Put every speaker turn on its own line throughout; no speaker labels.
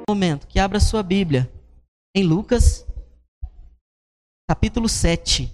momento que abra sua Bíblia em Lucas, capítulo 7.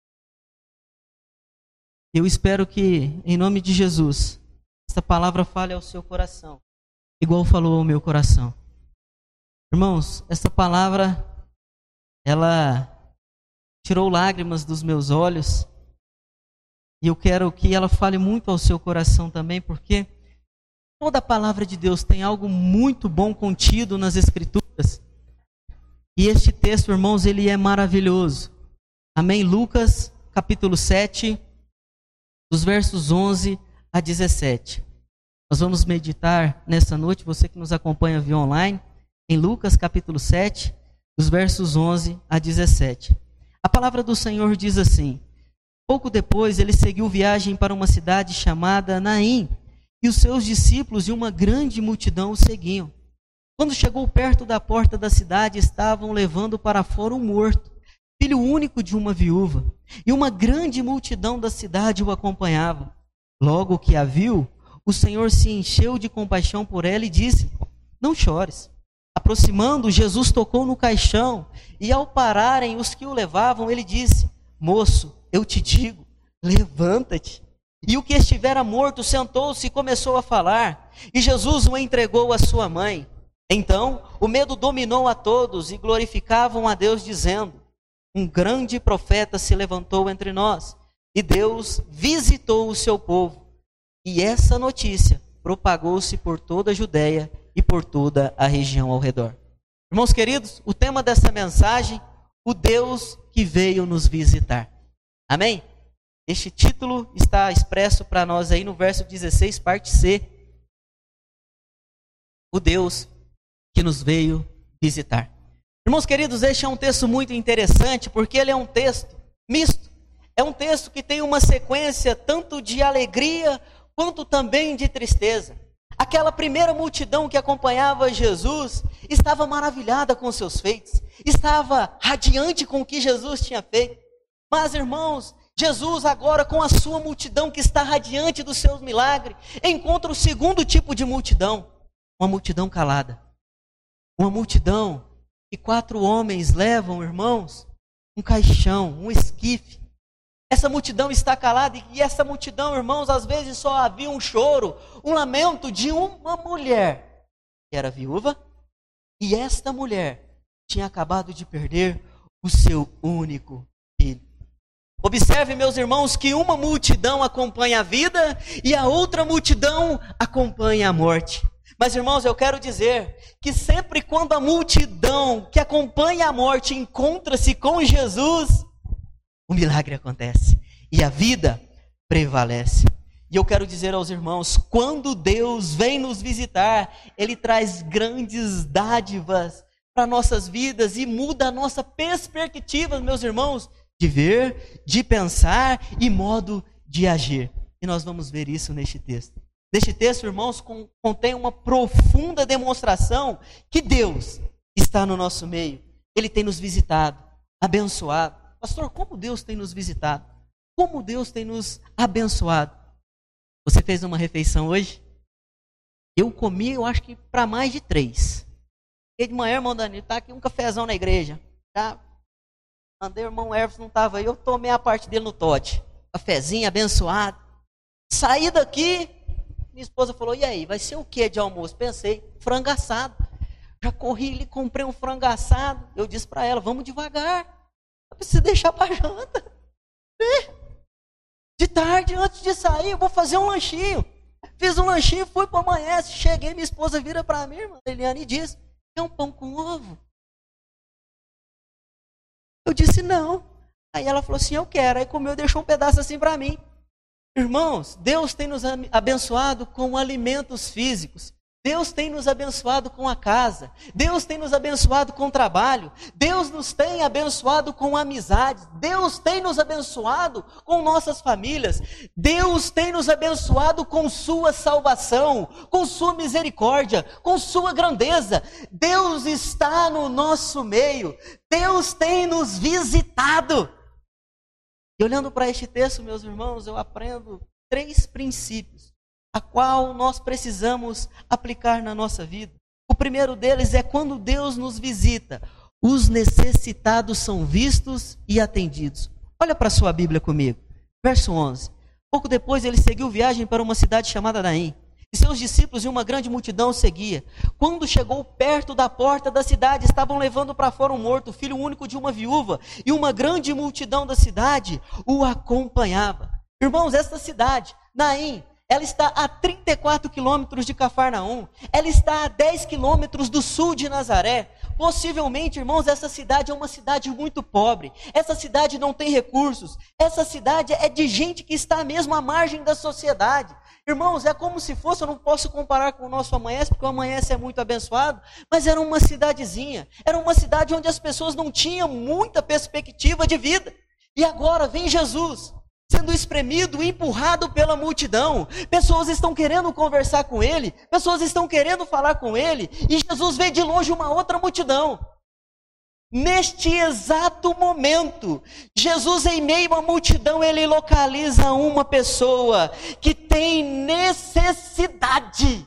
Eu espero que, em nome de Jesus, esta palavra fale ao seu coração, igual falou ao meu coração. Irmãos, essa palavra, ela tirou lágrimas dos meus olhos, e eu quero que ela fale muito ao seu coração também, porque toda a palavra de Deus tem algo muito bom contido nas Escrituras. E este texto, irmãos, ele é maravilhoso. Amém? Lucas, capítulo 7, dos versos 11 a 17. Nós vamos meditar nessa noite, você que nos acompanha via online, em Lucas, capítulo 7, dos versos 11 a 17. A palavra do Senhor diz assim: pouco depois ele seguiu viagem para uma cidade chamada Naim, e os seus discípulos e uma grande multidão o seguiam. Quando chegou perto da porta da cidade, estavam levando para fora um morto, filho único de uma viúva, e uma grande multidão da cidade o acompanhava. Logo que a viu, o Senhor se encheu de compaixão por ela e disse: não chores. Aproximando, Jesus tocou no caixão, e ao pararem os que o levavam, ele disse: moço, eu te digo, levanta-te. E o que estivera morto sentou-se e começou a falar, e Jesus o entregou à sua mãe. Então o medo dominou a todos e glorificavam a Deus, dizendo: um grande profeta se levantou entre nós, e Deus visitou o seu povo. E essa notícia propagou-se por toda a Judeia e por toda a região ao redor. Irmãos queridos, o tema dessa mensagem: o Deus que veio nos visitar. Amém? Este título está expresso para nós aí no verso 16, parte C. O Deus que nos veio visitar. Irmãos queridos, este é um texto muito interessante, porque ele é um texto misto. É um texto que tem uma sequência tanto de alegria, quanto também de tristeza. Aquela primeira multidão que acompanhava Jesus estava maravilhada com seus feitos, estava radiante com o que Jesus tinha feito. Mas, irmãos, Jesus agora, com a sua multidão que está radiante dos seus milagres, encontra o segundo tipo de multidão, uma multidão calada. Uma multidão que 4 homens levam, irmãos, um caixão, um esquife. Essa multidão está calada, e essa multidão, irmãos, às vezes só havia um choro, um lamento de uma mulher que era viúva, e esta mulher tinha acabado de perder o seu único filho. Observe, meus irmãos, que uma multidão acompanha a vida e a outra multidão acompanha a morte. Mas, irmãos, eu quero dizer que sempre quando a multidão que acompanha a morte encontra-se com Jesus, o milagre acontece e a vida prevalece. E eu quero dizer aos irmãos, quando Deus vem nos visitar, Ele traz grandes dádivas para nossas vidas e muda a nossa perspectiva, meus irmãos, de ver, de pensar e modo de agir. E nós vamos ver isso neste texto. Neste texto, irmãos, contém uma profunda demonstração que Deus está no nosso meio. Ele tem nos visitado, abençoado. Pastor, como Deus tem nos visitado? Como Deus tem nos abençoado? Você fez uma refeição hoje? Eu comi, eu acho que para mais de 3. E de manhã, irmão Danilo, está aqui um cafezão na igreja. Tá? Mandei o irmão Herves, não estava aí, eu tomei a parte dele no Tote. Cafezinho abençoado. Saí daqui, minha esposa falou: e aí, vai ser o que de almoço? Pensei: frango assado. Já corri ali, comprei um frango assado. Eu disse para ela: vamos devagar. Eu preciso deixar para janta. De tarde, antes de sair, eu vou fazer um lanchinho. Fiz um lanchinho, fui para amanhã. Cheguei, minha esposa vira para mim, irmã Eliane, e diz: é um pão com ovo? Eu disse: não. Aí ela falou assim: eu quero. Aí comeu e deixou um pedaço assim para mim. Irmãos, Deus tem nos abençoado com alimentos físicos. Deus tem nos abençoado com a casa. Deus tem nos abençoado com o trabalho. Deus nos tem abençoado com amizades. Deus tem nos abençoado com nossas famílias. Deus tem nos abençoado com sua salvação, com sua misericórdia, com sua grandeza. Deus está no nosso meio. Deus tem nos visitado. E olhando para este texto, meus irmãos, eu aprendo 3 princípios a qual nós precisamos aplicar na nossa vida. O primeiro deles é quando Deus nos visita, os necessitados são vistos e atendidos. Olha para a sua Bíblia comigo, verso 11. Pouco depois ele seguiu viagem para uma cidade chamada Naim, e seus discípulos e uma grande multidão o seguia. Quando chegou perto da porta da cidade, estavam levando para fora um morto, filho único de uma viúva, e uma grande multidão da cidade o acompanhava. Irmãos, esta cidade, Naim, ela está a 34 quilômetros de Cafarnaum, ela está a 10 quilômetros do sul de Nazaré. Possivelmente, irmãos, essa cidade é uma cidade muito pobre, essa cidade não tem recursos, essa cidade é de gente que está mesmo à margem da sociedade. Irmãos, é como se fosse, eu não posso comparar com o nosso Amanhece, porque o Amanhece é muito abençoado, mas era uma cidadezinha, era uma cidade onde as pessoas não tinham muita perspectiva de vida. E agora vem Jesus, sendo espremido, empurrado pela multidão. Pessoas estão querendo conversar com ele, pessoas estão querendo falar com ele, e Jesus vê de longe uma outra multidão. Neste exato momento, Jesus, em meio à multidão, ele localiza uma pessoa que tem necessidade.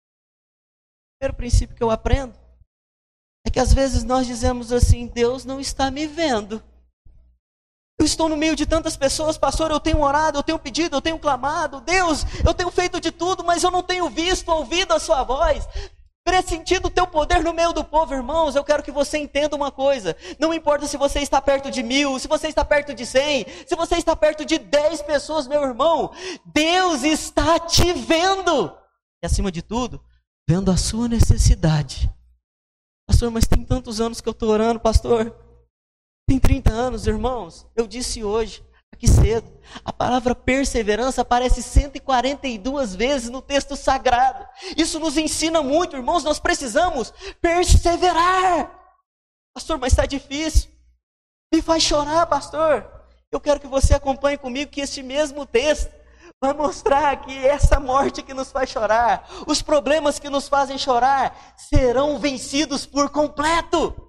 O primeiro princípio que eu aprendo é que às vezes nós dizemos assim: Deus não está me vendo. Eu estou no meio de tantas pessoas, pastor, eu tenho orado, eu tenho pedido, eu tenho clamado, Deus, eu tenho feito de tudo, mas eu não tenho visto, ouvido a sua voz, pressentido o teu poder no meio do povo. Irmãos, eu quero que você entenda uma coisa: não importa se você está perto de 1000, se você está perto de 100, se você está perto de 10 pessoas, meu irmão, Deus está te vendo, e acima de tudo, vendo a sua necessidade. Pastor, mas tem tantos anos que eu estou orando, pastor. Tem 30 anos, irmãos. Eu disse hoje, aqui cedo, a palavra perseverança aparece 142 vezes no texto sagrado. Isso nos ensina muito, irmãos. Nós precisamos perseverar. Pastor, mas está difícil. Me faz chorar, pastor. Eu quero que você acompanhe comigo que este mesmo texto vai mostrar que essa morte que nos faz chorar, os problemas que nos fazem chorar, serão vencidos por completo.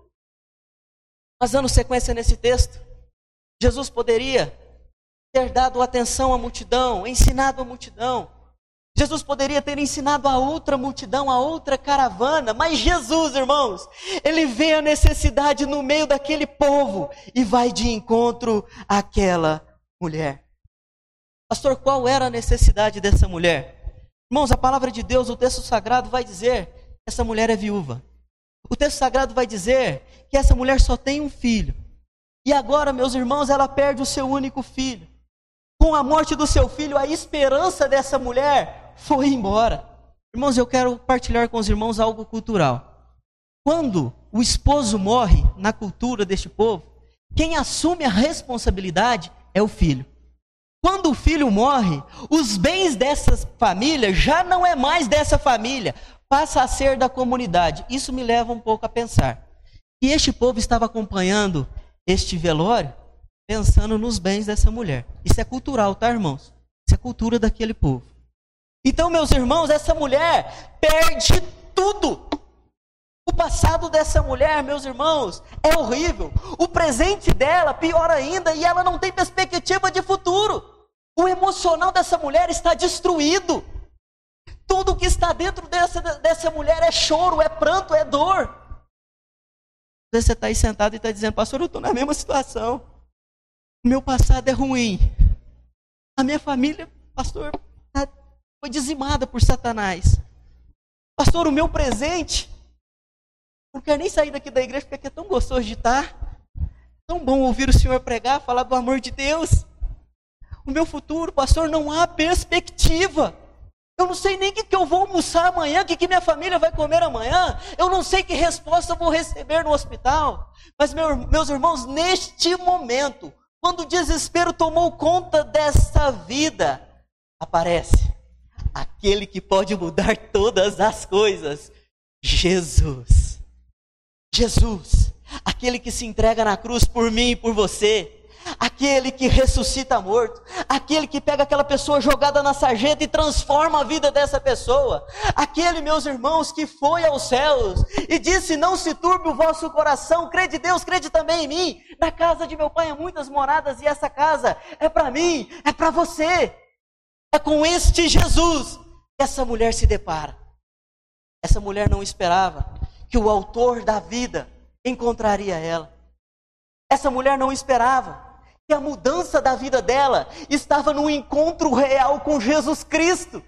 Mas dando sequência nesse texto, Jesus poderia ter dado atenção à multidão, ensinado a multidão. Jesus poderia ter ensinado a outra multidão, a outra caravana. Mas Jesus, irmãos, ele vê a necessidade no meio daquele povo e vai de encontro àquela mulher. Pastor, qual era a necessidade dessa mulher? Irmãos, a palavra de Deus, o texto sagrado vai dizer que essa mulher é viúva. O texto sagrado vai dizer que essa mulher só tem um filho. E agora, meus irmãos, ela perde o seu único filho. Com a morte do seu filho, a esperança dessa mulher foi embora. Irmãos, eu quero partilhar com os irmãos algo cultural. Quando o esposo morre na cultura deste povo, quem assume a responsabilidade é o filho. Quando o filho morre, os bens dessa família já não é mais dessa família, passa a ser da comunidade. Isso me leva um pouco a pensar. E este povo estava acompanhando este velório, pensando nos bens dessa mulher. Isso é cultural, tá, irmãos? Isso é cultura daquele povo. Então, meus irmãos, essa mulher perde tudo. O passado dessa mulher, meus irmãos, é horrível. O presente dela, pior ainda, e ela não tem perspectiva de futuro. O emocional dessa mulher está destruído. Tudo que está dentro dessa mulher é choro, é pranto, é dor. Você está aí sentado e está dizendo: pastor, eu estou na mesma situação. O meu passado é ruim. A minha família, pastor, foi dizimada por Satanás. Pastor, o meu presente, não quero nem sair daqui da igreja porque aqui é tão gostoso de estar. Tão bom ouvir o Senhor pregar, falar do amor de Deus. O meu futuro, pastor, não há perspectiva. Eu não sei nem o que eu vou almoçar amanhã, o que minha família vai comer amanhã. Eu não sei que resposta eu vou receber no hospital. Mas, meus irmãos, neste momento, quando o desespero tomou conta dessa vida, aparece aquele que pode mudar todas as coisas. Jesus. Jesus. Aquele que se entrega na cruz por mim e por você. Aquele que ressuscita morto, aquele que pega aquela pessoa jogada na sarjeta e transforma a vida dessa pessoa, aquele, meus irmãos, que foi aos céus e disse: não se turbe o vosso coração, crede em Deus, crede também em mim. Na casa de meu pai há muitas moradas e essa casa é para mim, é para você. É com este Jesus que essa mulher se depara. Essa mulher não esperava que o autor da vida encontraria ela. Essa mulher não esperava que a mudança da vida dela estava no encontro real com Jesus Cristo.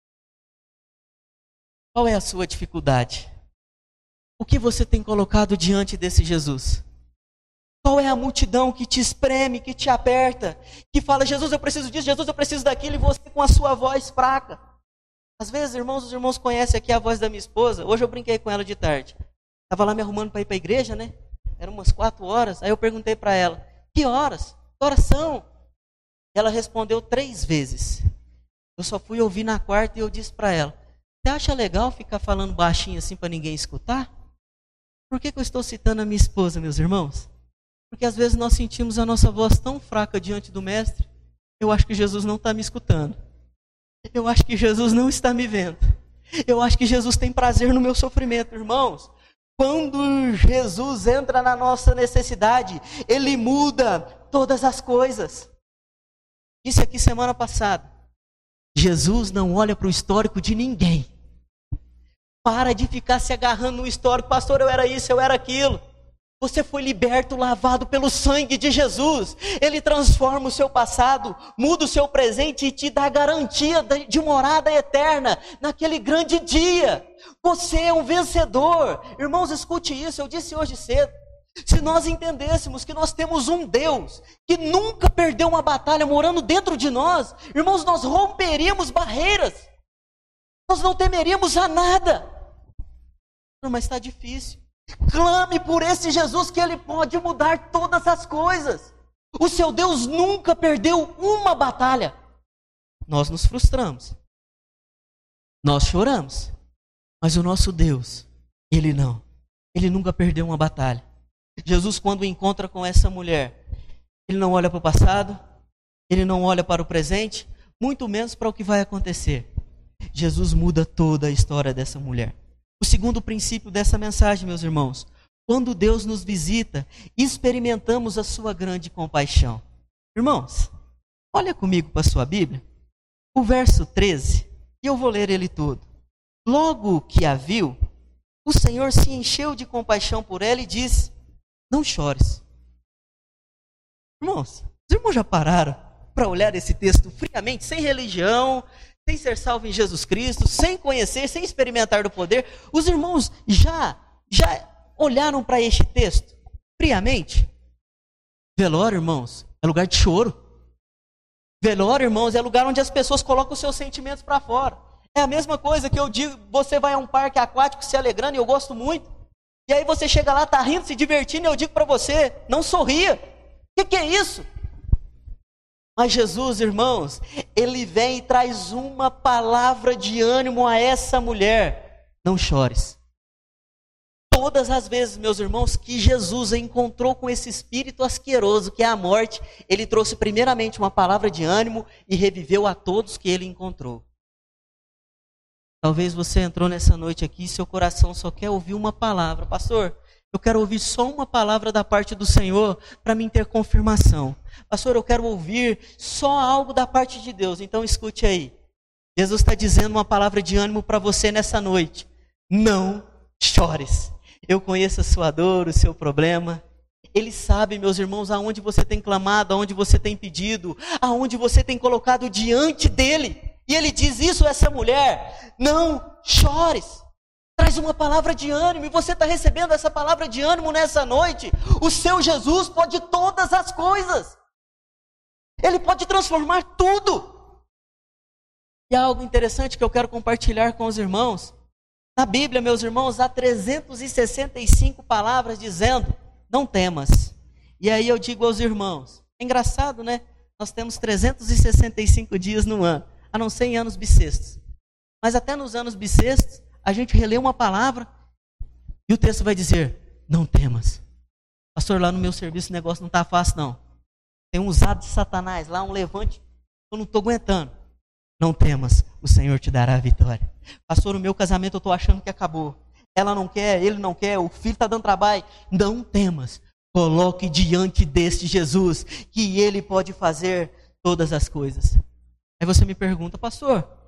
Qual é a sua dificuldade? O que você tem colocado diante desse Jesus? Qual é a multidão que te espreme, que te aperta, que fala, Jesus, eu preciso disso, Jesus, eu preciso daquilo, e você com a sua voz fraca? Às vezes, irmãos, os irmãos conhecem aqui a voz da minha esposa. Hoje eu brinquei com ela de tarde. Estava lá me arrumando para ir para a igreja, né? Eram umas 4 horas. Aí eu perguntei para ela, que horas? Que horas são? Ela respondeu 3 vezes. Eu só fui ouvir na quarta e eu disse para ela, você acha legal ficar falando baixinho assim para ninguém escutar? Por que eu estou citando a minha esposa, meus irmãos? Porque às vezes nós sentimos a nossa voz tão fraca diante do Mestre, eu acho que Jesus não está me escutando. Eu acho que Jesus não está me vendo. Eu acho que Jesus tem prazer no meu sofrimento, irmãos. Quando Jesus entra na nossa necessidade, Ele muda todas as coisas. Disse aqui semana passada, Jesus não olha para o histórico de ninguém. Para de ficar se agarrando no histórico, pastor, eu era isso, eu era aquilo. Você foi liberto, lavado pelo sangue de Jesus. Ele transforma o seu passado, muda o seu presente e te dá garantia de morada eterna naquele grande dia. Você é um vencedor. Irmãos, escute isso, eu disse hoje cedo. Se nós entendêssemos que nós temos um Deus que nunca perdeu uma batalha morando dentro de nós, irmãos, nós romperíamos barreiras. Nós não temeríamos a nada. Não, mas está difícil. Clame por esse Jesus que Ele pode mudar todas as coisas. O seu Deus nunca perdeu uma batalha. Nós nos frustramos. Nós choramos. Mas o nosso Deus, Ele não. Ele nunca perdeu uma batalha. Jesus, quando encontra com essa mulher, Ele não olha para o passado, Ele não olha para o presente, muito menos para o que vai acontecer. Jesus muda toda a história dessa mulher. O segundo princípio dessa mensagem, meus irmãos, quando Deus nos visita, experimentamos a sua grande compaixão. Irmãos, olha comigo para a sua Bíblia, o verso 13, e eu vou ler ele todo. Logo que a viu, o Senhor se encheu de compaixão por ela e disse, não chores. Irmãos, os irmãos já pararam para olhar esse texto friamente, sem religião, sem ser salvo em Jesus Cristo, sem conhecer, sem experimentar do poder? Os irmãos já olharam para este texto friamente? Velório, irmãos, é lugar de choro. Velório, irmãos, é lugar onde as pessoas colocam os seus sentimentos para fora. É a mesma coisa que eu digo, você vai a um parque aquático se alegrando, e eu gosto muito, e aí você chega lá, está rindo, se divertindo, e eu digo para você, não sorria. O que é isso? Mas Jesus, irmãos, Ele vem e traz uma palavra de ânimo a essa mulher. Não chores. Todas as vezes, meus irmãos, que Jesus encontrou com esse espírito asqueroso, que é a morte, Ele trouxe primeiramente uma palavra de ânimo e reviveu a todos que Ele encontrou. Talvez você entrou nessa noite aqui e seu coração só quer ouvir uma palavra. Pastor, eu quero ouvir só uma palavra da parte do Senhor para mim ter confirmação. Pastor, eu quero ouvir só algo da parte de Deus. Então escute aí. Jesus está dizendo uma palavra de ânimo para você nessa noite. Não chores. Eu conheço a sua dor, o seu problema. Ele sabe, meus irmãos, aonde você tem clamado, aonde você tem pedido, aonde você tem colocado diante dele. E ele diz isso a essa mulher. Não chores. Traz uma palavra de ânimo, e você está recebendo essa palavra de ânimo nessa noite. O seu Jesus pode todas as coisas. Ele pode transformar tudo. E há algo interessante que eu quero compartilhar com os irmãos. Na Bíblia, meus irmãos, há 365 palavras dizendo, não temas. E aí eu digo aos irmãos, é engraçado, né? Nós temos 365 dias no ano, a não ser em anos bissextos. Mas até nos anos bissextos, a gente relê uma palavra e o texto vai dizer, não temas. Pastor, lá no meu serviço o negócio não está fácil não. Tem um usado de Satanás lá, um levante, eu não estou aguentando. Não temas, o Senhor te dará a vitória. Pastor, no meu casamento eu estou achando que acabou. Ela não quer, ele não quer, o filho está dando trabalho. Não temas, coloque diante deste Jesus, que ele pode fazer todas as coisas. Aí você me pergunta, pastor,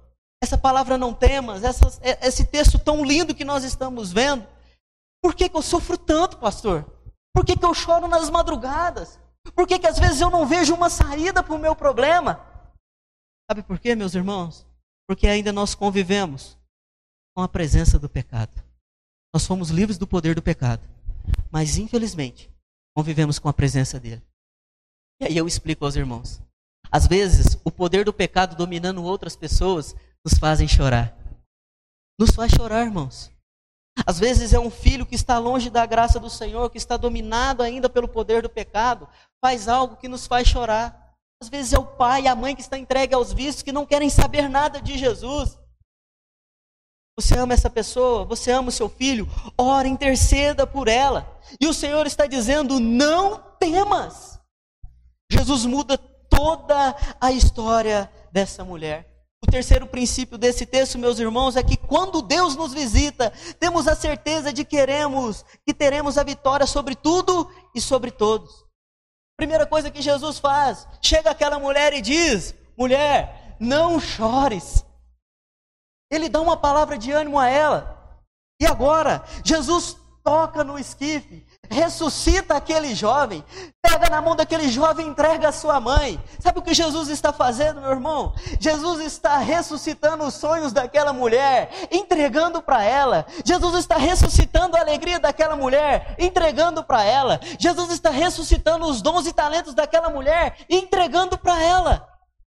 essa palavra não temas, esse texto tão lindo que nós estamos vendo. Por que eu sofro tanto, pastor? Por que eu choro nas madrugadas? Por que às vezes eu não vejo uma saída para o meu problema? Sabe por quê, meus irmãos? Porque ainda nós convivemos com a presença do pecado. Nós fomos livres do poder do pecado, mas infelizmente convivemos com a presença dele. E aí eu explico aos irmãos. Às vezes o poder do pecado dominando outras pessoas nos fazem chorar. Nos faz chorar, irmãos. Às vezes é um filho que está longe da graça do Senhor, que está dominado ainda pelo poder do pecado, faz algo que nos faz chorar. Às vezes é o pai e a mãe que está entregue aos vícios, que não querem saber nada de Jesus. Você ama essa pessoa, você ama o seu filho, ora, interceda por ela. E o Senhor está dizendo, não temas. Jesus muda toda a história dessa mulher. O terceiro princípio desse texto, meus irmãos, é que quando Deus nos visita, temos a certeza de que teremos a vitória sobre tudo e sobre todos. Primeira coisa que Jesus faz, chega aquela mulher e diz, mulher, não chores. Ele dá uma palavra de ânimo a ela. E agora, Jesus toca no esquife, ressuscita aquele jovem, pega na mão daquele jovem e entrega a sua mãe. Sabe o que Jesus está fazendo, meu irmão? Jesus está ressuscitando os sonhos daquela mulher, entregando para ela. Jesus está ressuscitando a alegria daquela mulher, entregando para ela. Jesus está ressuscitando os dons e talentos daquela mulher, entregando para ela.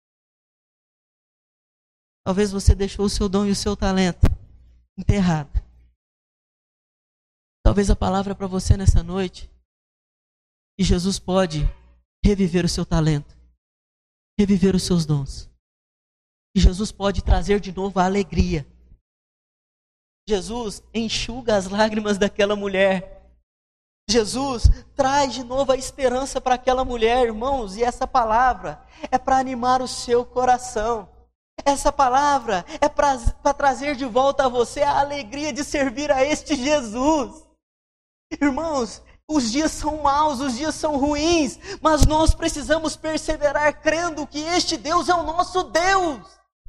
Talvez você deixou o seu dom e o seu talento enterrado. Talvez a palavra para você nessa noite, que Jesus pode reviver o seu talento, reviver os seus dons. Que Jesus pode trazer de novo a alegria. Jesus enxuga as lágrimas daquela mulher. Jesus traz de novo a esperança para aquela mulher, irmãos. E essa palavra é para animar o seu coração. Essa palavra é para trazer de volta a você a alegria de servir a este Jesus. Irmãos, os dias são maus, os dias são ruins, mas nós precisamos perseverar crendo que este Deus é o nosso Deus.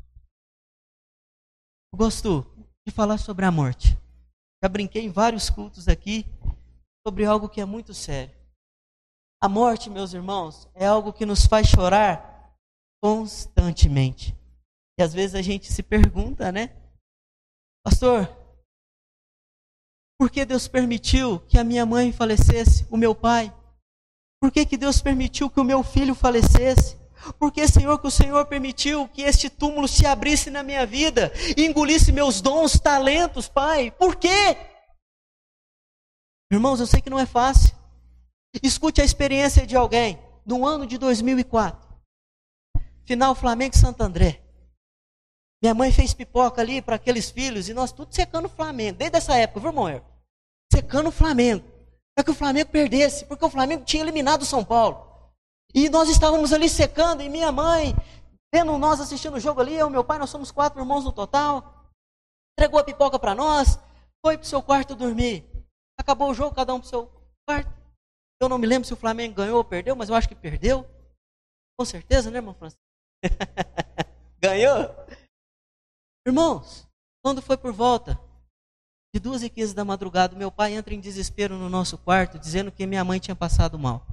Eu gosto de falar sobre a morte. Já brinquei em vários cultos aqui sobre algo que é muito sério. A morte, meus irmãos, é algo que nos faz chorar constantemente. E às vezes a gente se pergunta, né? Pastor, por que Deus permitiu que a minha mãe falecesse, o meu pai? Por que Deus permitiu que o meu filho falecesse? Por que, Senhor, que o Senhor permitiu que este túmulo se abrisse na minha vida e engolisse meus dons, talentos, Pai? Por quê? Irmãos, eu sei que não é fácil. Escute a experiência de alguém no ano de 2004. Final Flamengo e Santo André. Minha mãe fez pipoca ali para aqueles filhos e nós tudo secando o Flamengo. Desde essa época, viu, irmão? Secando o Flamengo. Para que o Flamengo perdesse, porque o Flamengo tinha eliminado o São Paulo. E nós estávamos ali secando e minha mãe, vendo nós assistindo o jogo ali, eu e meu pai, nós somos 4 irmãos no total. Entregou a pipoca para nós, foi para o seu quarto dormir. Acabou o jogo, cada um para o seu quarto. Eu não me lembro se o Flamengo ganhou ou perdeu, mas eu acho que perdeu. Com certeza, né, irmão Francisco? Ganhou? Irmãos, quando foi por volta de 2h15 da madrugada, meu pai entra em desespero no nosso quarto, dizendo que minha mãe tinha passado mal.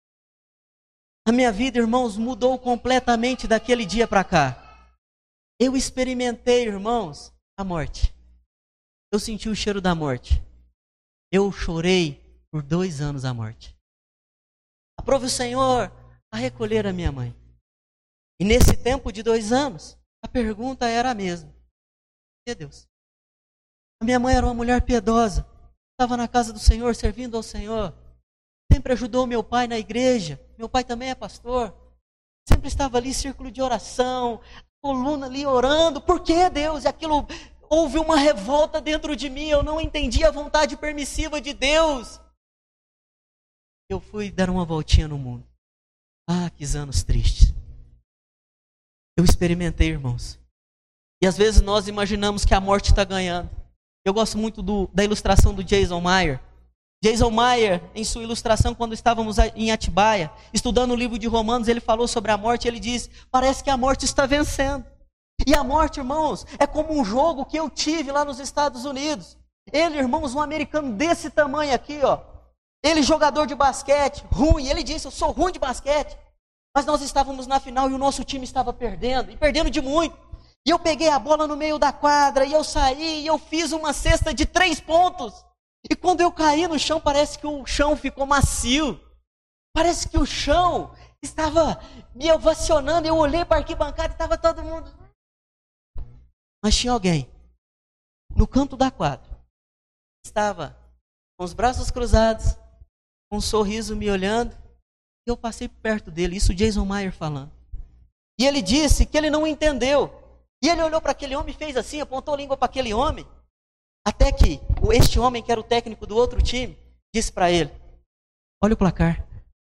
A minha vida, irmãos, mudou completamente daquele dia para cá. Eu experimentei, irmãos, a morte. Eu senti o cheiro da morte. Eu chorei por 2 anos a morte. Aprove o Senhor a recolher a minha mãe. E nesse tempo de 2 anos, a pergunta era a mesma. Deus. A minha mãe era uma mulher piedosa, estava na casa do Senhor, servindo ao Senhor, sempre ajudou meu pai na igreja, meu pai também é pastor, sempre estava ali em círculo de oração, coluna ali orando. Por que, Deus? E aquilo, houve uma revolta dentro de mim, eu não entendi a vontade permissiva de Deus. Eu fui dar uma voltinha no mundo. Ah, que anos tristes. Eu experimentei, irmãos. E às vezes nós imaginamos que a morte está ganhando. Eu gosto muito da ilustração do Jason Meyer. Jason Meyer, em sua ilustração, quando estávamos em Atibaia, estudando o livro de Romanos, ele falou sobre a morte, ele diz, parece que a morte está vencendo. E a morte, irmãos, é como um jogo que eu tive lá nos Estados Unidos. Ele, irmãos, um americano desse tamanho aqui, ó. Ele, jogador de basquete, ruim. Ele disse, eu sou ruim de basquete. Mas nós estávamos na final e o nosso time estava perdendo. E perdendo de muito. E eu peguei a bola no meio da quadra. E eu saí e eu fiz uma cesta de 3 pontos. E quando eu caí no chão, parece que o chão ficou macio. Parece que o chão estava me ovacionando. Eu olhei para a arquibancada e estava todo mundo... Mas tinha alguém no canto da quadra, estava com os braços cruzados, com um sorriso me olhando, e eu passei perto dele, isso Jason Meyer falando. E ele disse que ele não entendeu. E ele olhou para aquele homem e fez assim, apontou a língua para aquele homem, até que este homem, que era o técnico do outro time, disse para ele, olha o placar.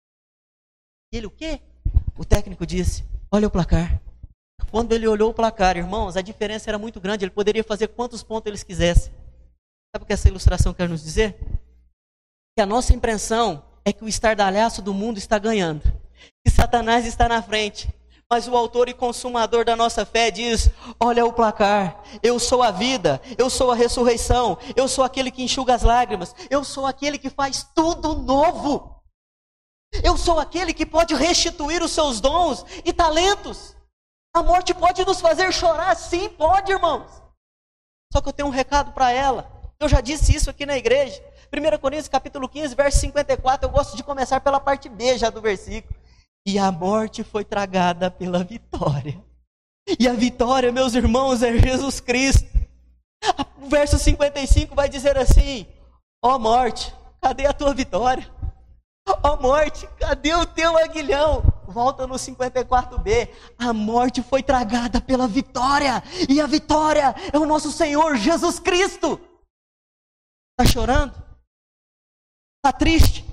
E ele, o quê? O técnico disse, olha o placar. Quando ele olhou o placar, irmãos, a diferença era muito grande. Ele poderia fazer quantos pontos ele quisesse. Sabe o que essa ilustração quer nos dizer? Que a nossa impressão é que o estardalhaço do mundo está ganhando. Que Satanás está na frente. Mas o autor e consumador da nossa fé diz, olha o placar. Eu sou a vida. Eu sou a ressurreição. Eu sou aquele que enxuga as lágrimas. Eu sou aquele que faz tudo novo. Eu sou aquele que pode restituir os seus dons e talentos. A morte pode nos fazer chorar, sim, pode, irmãos. Só que eu tenho um recado para ela. Eu já disse isso aqui na igreja. 1 Coríntios capítulo 15, verso 54. Eu gosto de começar pela parte B já do versículo. E a morte foi tragada pela vitória. E a vitória, meus irmãos, é Jesus Cristo. O verso 55 vai dizer assim, ó morte, cadê a tua vitória? Ó morte, cadê o teu aguilhão? Volta no 54b, a morte foi tragada pela vitória, e a vitória é o nosso Senhor Jesus Cristo. Está chorando? Está triste?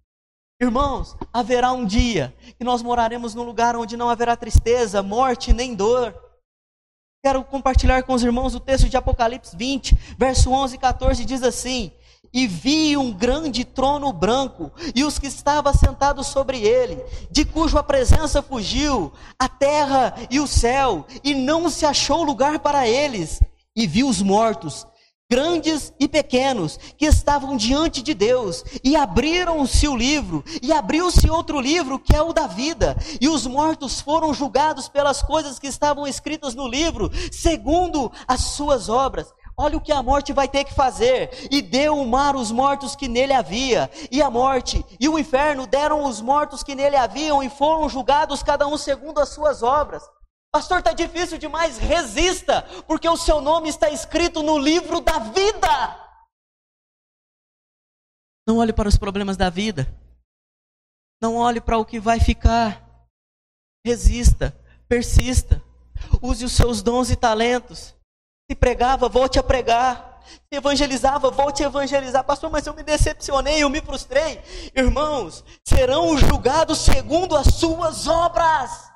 Irmãos, haverá um dia que nós moraremos num lugar onde não haverá tristeza, morte nem dor. Quero compartilhar com os irmãos o texto de Apocalipse 20, verso 11 e 14, diz assim, e vi um grande trono branco, e os que estavam sentados sobre ele, de cuja presença fugiu a terra e o céu, e não se achou lugar para eles. E vi os mortos, grandes e pequenos, que estavam diante de Deus, e abriram-se o livro, e abriu-se outro livro, que é o da vida, e os mortos foram julgados pelas coisas que estavam escritas no livro, segundo as suas obras. Olha o que a morte vai ter que fazer. E deu o mar os mortos que nele havia. E a morte e o inferno deram os mortos que nele haviam e foram julgados cada um segundo as suas obras. Pastor, está difícil demais. Resista, porque o seu nome está escrito no livro da vida. Não olhe para os problemas da vida. Não olhe para o que vai ficar. Resista, persista. Use os seus dons e talentos. Se pregava, volte a pregar. Se evangelizava, volte a evangelizar. Pastor, mas eu me decepcionei, eu me frustrei. Irmãos, serão julgados segundo as suas obras.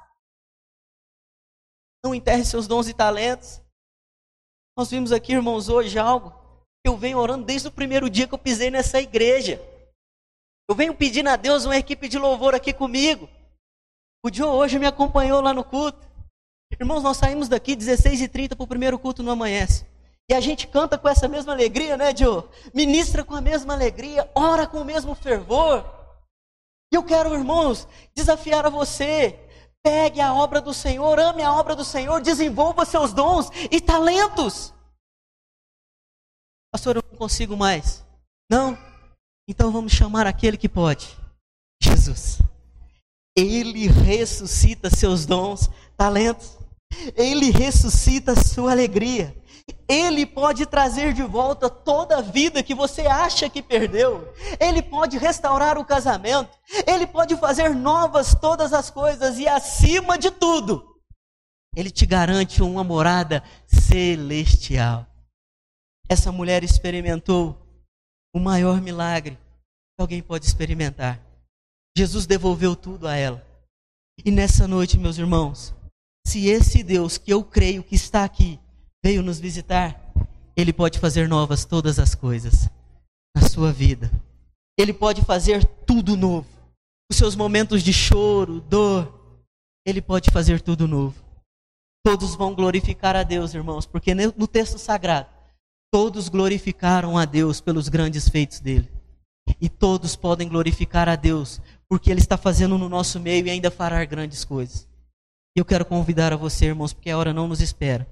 Não enterre seus dons e talentos. Nós vimos aqui, irmãos, hoje algo que eu venho orando desde o primeiro dia que eu pisei nessa igreja. Eu venho pedindo a Deus uma equipe de louvor aqui comigo. O Joe hoje me acompanhou lá no culto. Irmãos, nós saímos daqui 16h30 para o primeiro culto no Amanhece. E a gente canta com essa mesma alegria, né, Joe? Ministra com a mesma alegria, ora com o mesmo fervor. E eu quero, irmãos, desafiar a você. Pegue a obra do Senhor, ame a obra do Senhor, desenvolva seus dons e talentos. Pastor, eu não consigo mais. Não? Então vamos chamar aquele que pode. Jesus. Ele ressuscita seus dons, talentos. Ele ressuscita a sua alegria. Ele pode trazer de volta toda a vida que você acha que perdeu. Ele pode restaurar o casamento. Ele pode fazer novas todas as coisas. E acima de tudo, Ele te garante uma morada celestial. Essa mulher experimentou o maior milagre que alguém pode experimentar. Jesus devolveu tudo a ela. E nessa noite, meus irmãos, se esse Deus que eu creio que está aqui veio nos visitar, Ele pode fazer novas todas as coisas na sua vida. Ele pode fazer tudo novo. Os seus momentos de choro, dor, Ele pode fazer tudo novo. Todos vão glorificar a Deus, irmãos, porque no texto sagrado, todos glorificaram a Deus pelos grandes feitos dele. E todos podem glorificar a Deus, porque Ele está fazendo no nosso meio e ainda fará grandes coisas. E eu quero convidar a você, irmãos, porque a hora não nos espera,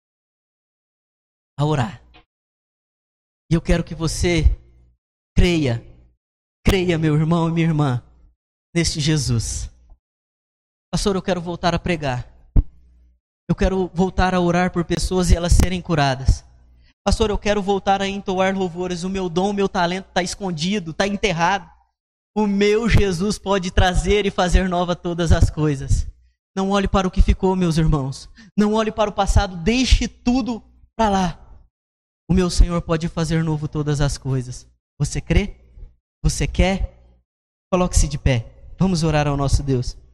a orar. E eu quero que você creia, meu irmão e minha irmã, neste Jesus. Pastor, eu quero voltar a pregar. Eu quero voltar a orar por pessoas e elas serem curadas. Pastor, eu quero voltar a entoar louvores. O meu dom, o meu talento está escondido, está enterrado. O meu Jesus pode trazer e fazer nova todas as coisas. Não olhe para o que ficou, meus irmãos. Não olhe para o passado, deixe tudo para lá. O meu Senhor pode fazer novo todas as coisas. Você crê? Você quer? Coloque-se de pé. Vamos orar ao nosso Deus.